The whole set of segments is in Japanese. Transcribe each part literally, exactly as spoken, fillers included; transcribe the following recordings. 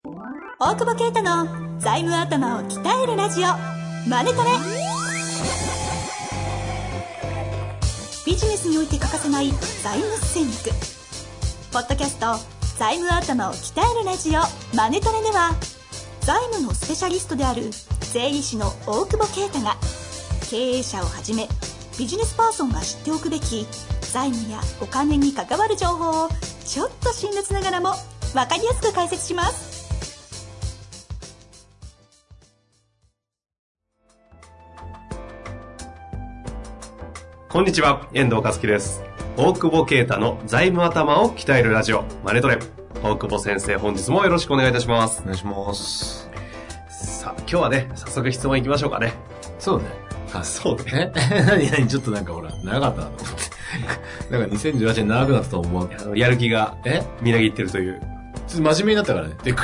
大久保啓太の財務頭を鍛えるラジオマネトレ。ビジネスにおいて欠かせない財務戦略。ポッドキャスト財務頭を鍛えるラジオマネトレでは、財務のスペシャリストである税理士の大久保啓太が、経営者をはじめビジネスパーソンが知っておくべき財務やお金に関わる情報をちょっと辛辣ながらも分かりやすく解説します。 こんにちは、遠藤和樹です。大久保啓太の財務頭を鍛えるラジオマネトレ。大久保先生、本日もよろしくお願いいたします。 お願いします。 さあ、今日はね、早速質問いきましょうかね。 そうね。 あ、そうね。 え何何ちょっとなんかほら、長かったなと思って。なんかにせんじゅうはちねん長くなったと思う。 あのやる気が、えみなぎってるという。 ちょっと真面目になったからね。で、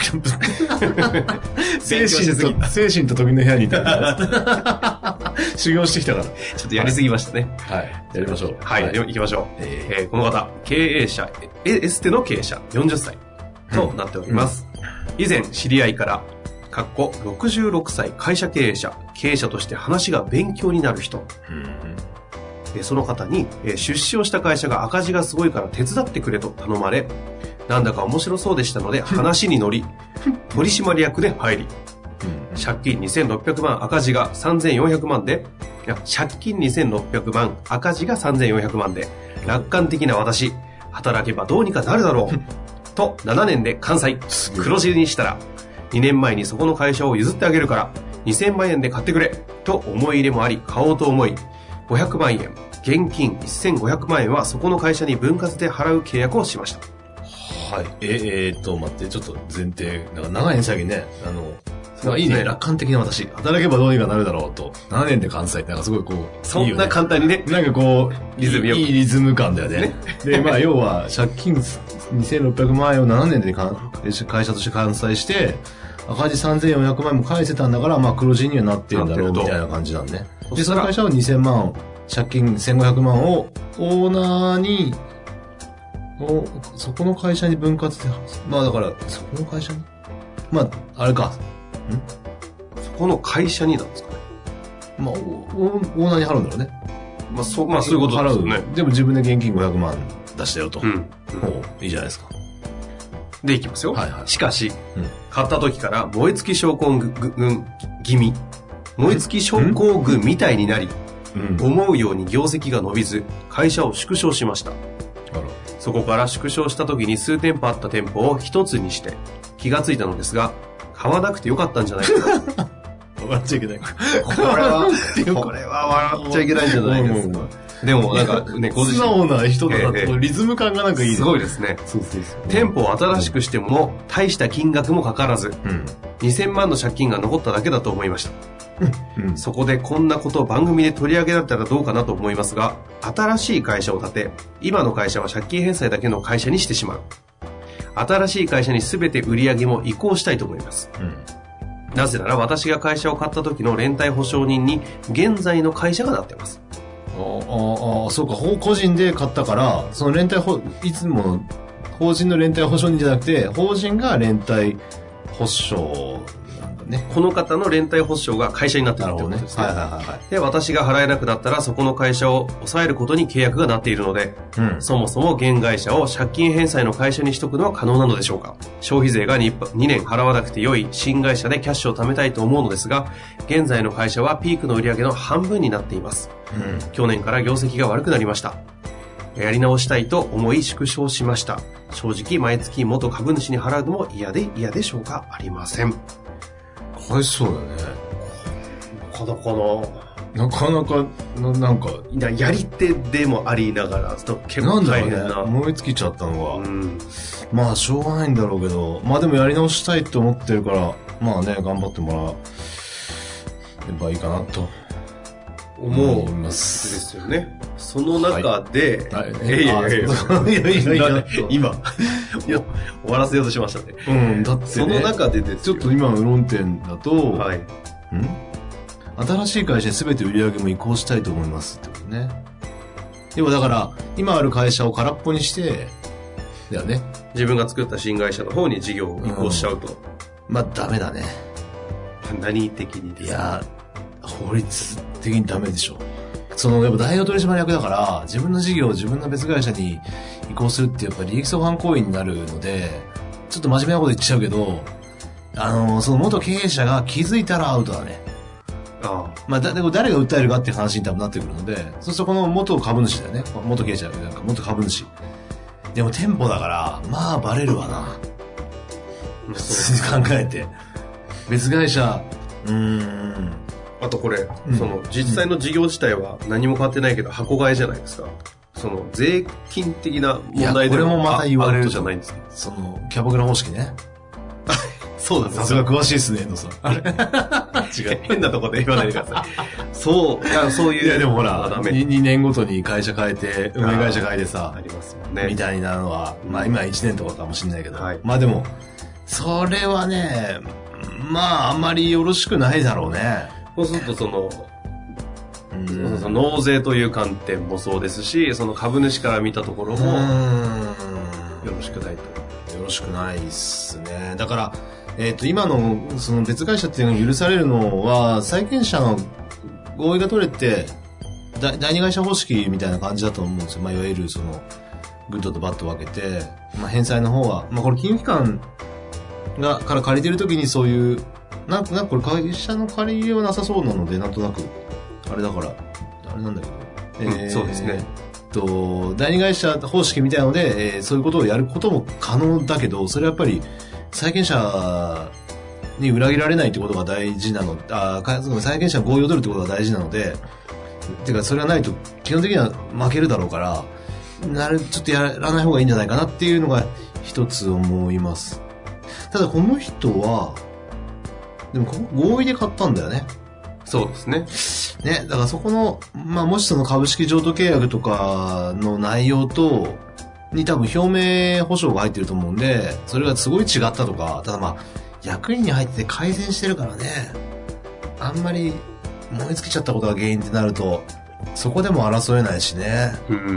精神と、精神と時の部屋にいた修行してきたから。 ちょっとやりすぎましたね。 はい。やりましょう。 はい。はい、行きましょう。えーえー、この方、経営者、エステの経営者、よんじゅっさいとなっております。うん、以前、知り合いから、かっころくじゅうろくさい会社経営者、経営者として話が勉強になる人。うん、その方に、出資をした会社が赤字がすごいから手伝ってくれと頼まれ、なんだか面白そうでしたので話に乗り、取締役で入り、借金にせんろっぴゃくまん、赤字がさんぜんよんひゃくまんで、いや、借金にせんろっぴゃくまん、赤字がさんぜんよんひゃくまんで、楽観的な私、働けばどうにかなるだろう、とななねんで完済、黒字にしたら、にねんまえにそこの会社を譲ってあげるから、にせんまんえんで買ってくれ、と思い入れもあり、買おうと思い、ごひゃくまんえん、現金せんごひゃくまんえんはそこの会社に分割で払う契約をしました。 はい。え、えー、っと、待って、ちょっと前提、なんか長いん先ね、あの、なんかいいね、楽観的な私、働けばどうにかなるだろうと、ななねんで完済ってなんかすごいこう、 そんな簡単にね、 なんかこう、リズムよく。いいリズム感だよね。ねで、まあ要は、借金にせんろっぴゃくまんえんをななねんで会社として完済して、赤字さんぜんよんひゃくまんえんも返せたんだから、まあ黒字にはなってるんだろうみたいな感じなんね。で、その会社はにせんまん、借金せんごひゃくまんをオーナーに、おそこの会社に分割で、まあだから、そこの会社にまあ、あれか。んそこの会社になんですかね。 まあ、オーナーに払うんだろうね。 まあ、そう、まあそういうことですよね。 でも自分で現金ごひゃくまん出したよと。うん。 うん、 もういいじゃないですか。 で、いきますよ。 はいはい。 しかし、うん、買った時から燃え尽き症候群気味、燃え尽き症候群みたいになり、うん、思うように業績が伸びず、会社を縮小しました。あら。そこから縮小した時に数店舗あった店舗を一つにして気がついたのですが、買わなくてよかったんじゃないか。 笑っちゃいけない。これは、これは笑っちゃいけないんじゃないですか。でもなんかね、 ご自身素直な人だなと、リズム感がなんかいい、ね、 すごいですね。 そうそうそう。 店舗を新しくしても大した金額もかからず、うん、にせんまんの借金が残っただけだと思いました。うん、そこでこんなことを番組で取り上げられたらどうかなと思いますが、新しい会社を建て、今の会社は借金返済だけの会社にしてしまう。新しい会社に全て売り上げも移行したいと思います。うん、なぜなら私が会社を買った時の連帯保証人に現在の会社がなっています。 ああ、そうか、個人で買ったから、その連帯保、いつもの法人の連帯保証人じゃなくて、法人が連帯保証なんだね。 この方の連帯保証が会社になっているってことですね。 はいはいはいはい。 で、私が払えなくなったら、そこの会社を抑えることに契約がなっているので、うん、そもそも現会社を借金返済の会社にしとくのは可能なのでしょうか。消費税が 2, にねん払わなくて良い新会社でキャッシュを貯めたいと思うのですが、現在の会社はピークの売上の半分になっています。うん、去年から業績が悪くなりました。やり直したいと思い縮小しました。正直毎月元株主に払うのも嫌で嫌でしょうかありません。 かわいそうだね。 なかなかな。 なかなか、な、なんか。 や、やり手でもありながら、結構大変な。なんだろうね。 燃え尽きちゃったのが。うん、まあ、しょうがないんだろうけど、まあでもやり直したいと思ってるから、まあね、頑張ってもらえばいいかなと。 思いますですよね。その中で、はい、はい、いやいやいやいやいやいや今いや終わらせようとしましたね。 うん、だって、ね、 その中でですよ。ちょっと今の論点だと、 はい、ん新しい会社に全て売り上げも移行したいと思いますってことね。でもだから今ある会社を空っぽにしてだよね。 自分が作った新会社の方に事業を移行しちゃうと。 まあダメだね。 何的にですか？ いや、法律的にダメでしょ。その、やっぱ代表取締役だから、自分の事業を自分の別会社に移行するってやっぱり利益相反行為になるので、ちょっと真面目なこと言っちゃうけど、あの、その元経営者が気づいたらアウトだね。 ああ。 まあ、だ、でも誰が訴えるかっていう話に多分なってくるので、そうするとこの元株主だよね。元経営者なんか元株主。でも店舗だから、まあバレるわな。考えて。別会社、うーん。 あとこれ、 うん、 その実際の事業自体は何も変わってないけど箱買いじゃないですか。その税金的な問題でもこれもまた言われるじゃないんですか。 そのキャバクラ方式ね。 そうなんです。 さすが詳しいですね、遠藤さん。あれ違う。変なとこで言わないでください。そう、いやそういう。 いやでもほら、に, にねんごとに会社変えて、運営会社変えてさ、 ありますもんね。 みたいなのは、まあ今いちねんとかかもしれないけど、 はい、 まあでも、それはね、まああんまりよろしくないだろうね。 そうするとその、うん、その納税という観点もそうですし、その株主から見たところも、よろしくないと。 よろしくないっすね。だから、えっと、今の、その別会社っていうのが許されるのは、債権者の合意が取れて、第二会社方式みたいな感じだと思うんですよ。まあ、いわゆるその、グッドとバッド分けて、まあ、返済の方は、まあ、これ金融機関が、から借りてるときにそういう、なんか、なんかこれ会社の借り入れはなさそうなので、なんとなく、あれだから、あれなんだけど、 うんえー、そうですね。 と、第二会社方式みたいなので、えー、そういうことをやることも可能だけど、それはやっぱり、債権者に裏切られないってことが大事なの、あ債権者合意を取るってことが大事なので、てかそれがないと基本的には負けるだろうから、なるちょっとやらない方がいいんじゃないかなっていうのが一つ思います。ただこの人は、でも合意で買ったんだよね。 そうですね。 ね、だからそこの、まあもしその株式譲渡契約とかの内容と、に多分表明保証が入ってると思うんで、それがすごい違ったとか、ただまあ、役員に入って改善してるからね、あんまり燃え尽きちゃったことが原因ってなると、そこでも争えないしね。 うんうんうん、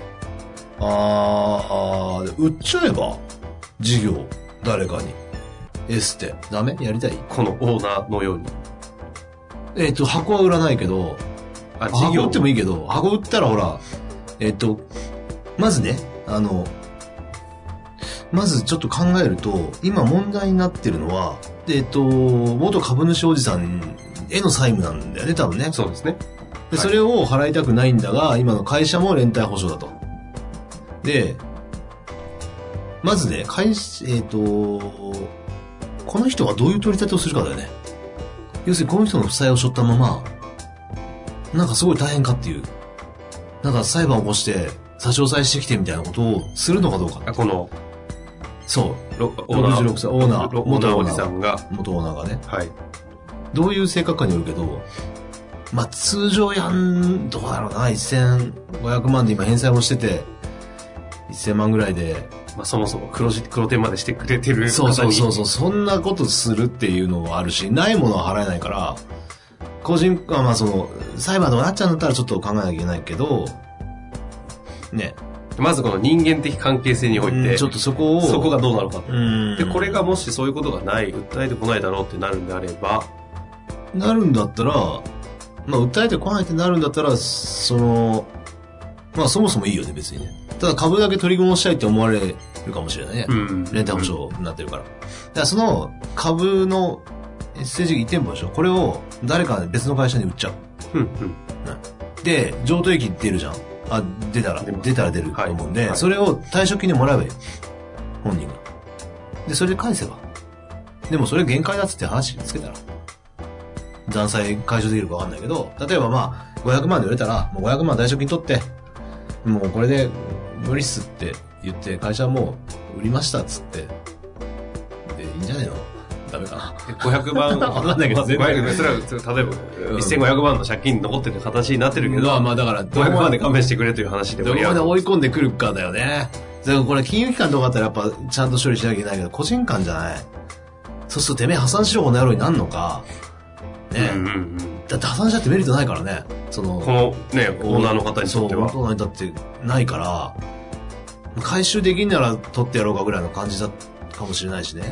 あー、売っちゃえば、事業、誰かに。エステ、ダメ？やりたい？ このオーナーのように。 えっと、箱は売らないけど、 あ、 事業箱売ってもいいけど、箱売ったらほら、えっと、まずね、あの、まずちょっと考えると、今問題になってるのは、えっと、元株主おじさんへの債務なんだよね、多分ね。 そうですね。 で、それを払いたくないんだが、今の会社も連帯保証だと。で、まずね、会社、えっと、この人がどういう取り立てをするかだよね。要するにこの人の負債を背負ったまま、なんかすごい大変かっていう。なんか裁判を起こして、差し押さえしてきてみたいなことをするのかどうか。 あ、この、 そう。 ろくじゅうろくさい、 オーナー、 元おじさんが。 元オーナーがね。 はい。 どういう性格かによるけど、まあ、通常やん、どうだろうな、せんごひゃくまんで今返済もしてて、せんまんぐらいで。 まあ、そもそも黒字、黒点までしてくれてる方に。 そうそうそうそう、そんなことするっていうのもあるし、ないものは払えないから、個人、まあその、裁判とかなっちゃうんだったらちょっと考えなきゃいけないけど、ね。 まずこの人間的関係性において、 ちょっとそこを、 そこがどうなのかと。 うんで、これがもしそういうことがない、訴えてこないだろうってなるんであれば、 なるんだったら、まあ訴えてこないってなるんだったら、その、まあそもそもいいよね、別にね。ただ株だけ取り戻したいって思われるかもしれないね。 うん、 連帯保証になってるから。だからその株の政治いってんぽでしょ。これを誰か別の会社に売っちゃう。 うんうん、 で、譲渡益出るじゃん。あ、出たら、出たら出ると思うんで、はいはい、それを退職金でもらえばいい。本人が。で、それで返せば。でもそれ限界だっつって話つけたら。残債解消できるかわかんないけど、例えばまあ、ごひゃくまんで売れたら、もうごひゃくまん退職金取って、もうこれで無理っすって言って、会社はもう売りましたっつって、で、いいんじゃないの？ダメかな。 ごひゃくまん、 わかんないけど、 全然。それは、例えば、せんごひゃくまんの借金残ってる形になってるけど、 まあまあだから、 ごひゃくまんで勘弁してくれという話でどこまで追い込んでくるかだよね。だからこれ金融機関とかだったらやっぱちゃんと処理しなきゃいけないけど、個人間じゃない。そうするとてめえ破産しろこの野郎になんのか。ね、うんうんうん、だって破産しちゃってメリットないからね。その、 このね、オーナーの方にとっては。 そう、オーナーにだってないから、回収できんなら取ってやろうかぐらいの感じだかもしれないしね。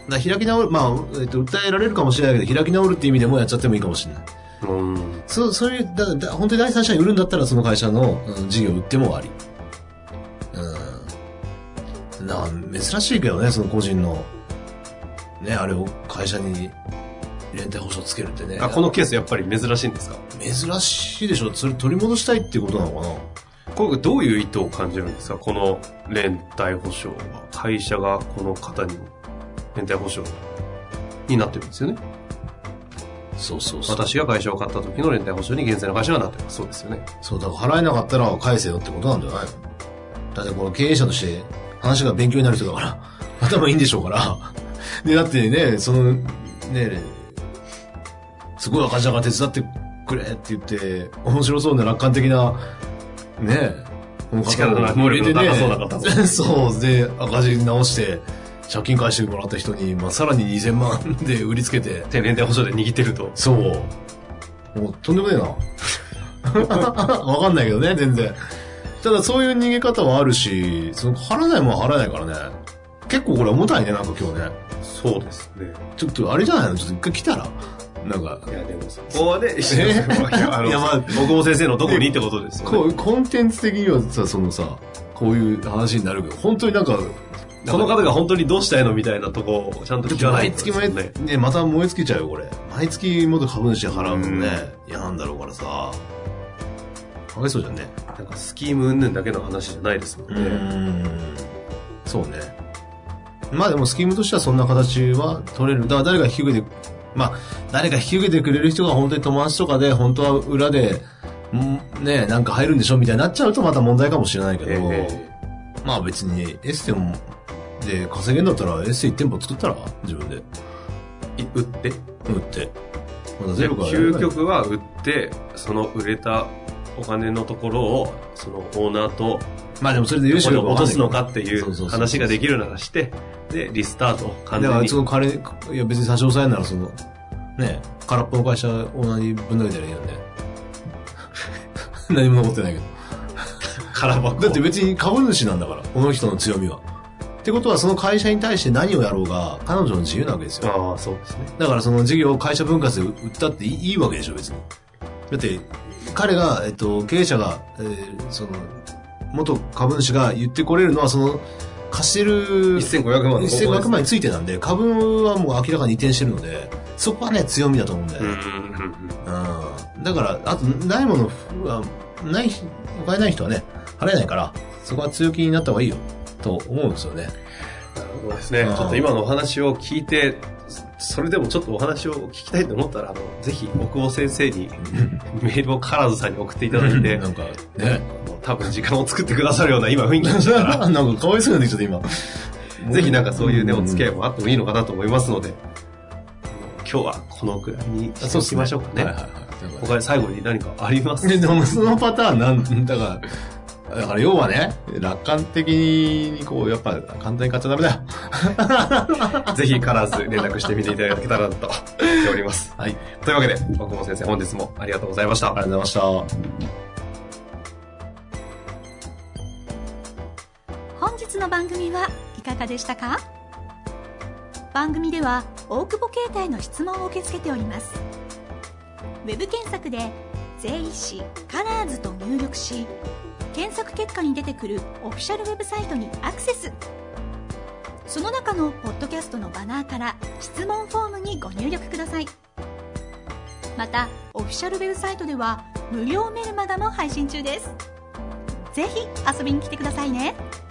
だ開き直る、まあ、えっと、訴えられるかもしれないけど、開き直るっていう意味でもやっちゃってもいいかもしれない。うん。そう、そういう、だ、だ本当に第三者に売るんだったら、その会社の、うん、事業を売ってもあり。うん。な、珍しいけどね、その個人の、ね、あれを会社に連帯保証つけるってね。 あ、このケースやっぱり珍しいんですか？ 珍しいでしょ。それ取り戻したいっていうことなのかな。 これどういう意図を感じるんですか？この連帯保証は会社がこの方に連帯保証になってるんですよね。 そうそうそう。 私が会社を買った時の連帯保証に現在の会社がなってます。そうですよね。 そう、だから払えなかったら返せよってことなんじゃないの？だってこの経営者として話が勉強になる人だから頭いいんでしょうから。で、だってね、そのね、すごい赤字だから手伝ってくれって言って面白そうな楽観的なねえ、 力の能力の高そうな方もそうで赤字直して借金返してもらった人に、まあ、さらににせんまんで売りつけて連帯保証で握ってると、 そうもうとんでもねえなわかんないけどね全然。ただそういう逃げ方はあるし、その払わないもんは払えないからね。結構これ重たいね、なんか今日ね。 そうですね。 ちょっとあれじゃないの、ちょっと一回来たらなんか。 いや、でもそこはね、いや、まあ、僕も先生のどこにってことですよね。 こう、コンテンツ的にはさ、そのさ、こういう話になるけど、本当になんか、 この方が本当にどうしたいのみたいなとこをちゃんと聞かないと、 ね。毎月毎月、ね、また燃え尽きちゃうよ、これ。毎月元株主払うのね、嫌なんだろうからさ。かわいそうじゃんね。 なんかスキーム云々だけの話じゃないですもんね。うん。 そうね。まあでもスキームとしてはそんな形は取れる。だから誰が引き受けて、まあ、誰か引き受けてくれる人が本当に友達とかで、本当は裏で、ね、なんか入るんでしょみたいになっちゃうとまた問題かもしれないけど、えー、まあ別にエステも、で稼げんだったらエステいち店舗作ったら自分で。 売って売って。 まだゼロから究極は売って、その売れたお金のところを、そのオーナーと、 まあでもそれで優秀を落とすのかっていう話ができるならして、で、リスタートを完全に。 だからその彼、いや別に差し押さえならその、ね、空っぽの会社オーナーにぶん投げたらいいよね。何も残ってないけど。 空箱。 だって別に株主なんだから、この人の強みは。ってことはその会社に対して何をやろうが、彼女の自由なわけですよ。 ああ、そうですね。 だからその事業を会社分割で売ったっていい、いいわけでしょ、別に。だって、彼が、えっと、経営者が、えー、その、元株主が言ってこれるのは、その、貸してる、 せんごひゃくまん。 せんごひゃくまんについてなんで、株はもう明らかに移転してるので、そこはね、強みだと思うんだよね。うん。だから、あと、ないものは、ない、お金ない人はね、払えないから、そこは強気になった方がいいよ、と思うんですよね。 なるほどですね。ちょっと今のお話を聞いて、それでもちょっとお話を聞きたいと思ったら、あの、ぜひ、奥尾先生にメールをカラーズさんに送っていただいて、 なんかね、 多分時間を作ってくださるような今雰囲気でしたから。 なんかかわいそうになってきちゃった今。ぜひなんかそういうね、お付き合いもあってもいいのかなと思いますので、今日はこのくらいにしておきましょうかね。はいはいはい。他に最後に何かありますか？でもそのパターンなんだから、だから要はね、楽観的にこう、やっぱ簡単に買っちゃダメだよ。ぜひカラーズ連絡してみていただけたらと思っております。 はい。 というわけで、奥本先生本日もありがとうございました。 ありがとうございました。 本日の番組はいかがでしたか？番組では大久保携帯の質問を受け付けております。ウェブ検索で税理士カラーズと入力し、検索結果に出てくるオフィシャルウェブサイトにアクセス。その中のポッドキャストのバナーから質問フォームにご入力ください。またオフィシャルウェブサイトでは無料メルマガも配信中です。ぜひ遊びに来てくださいね。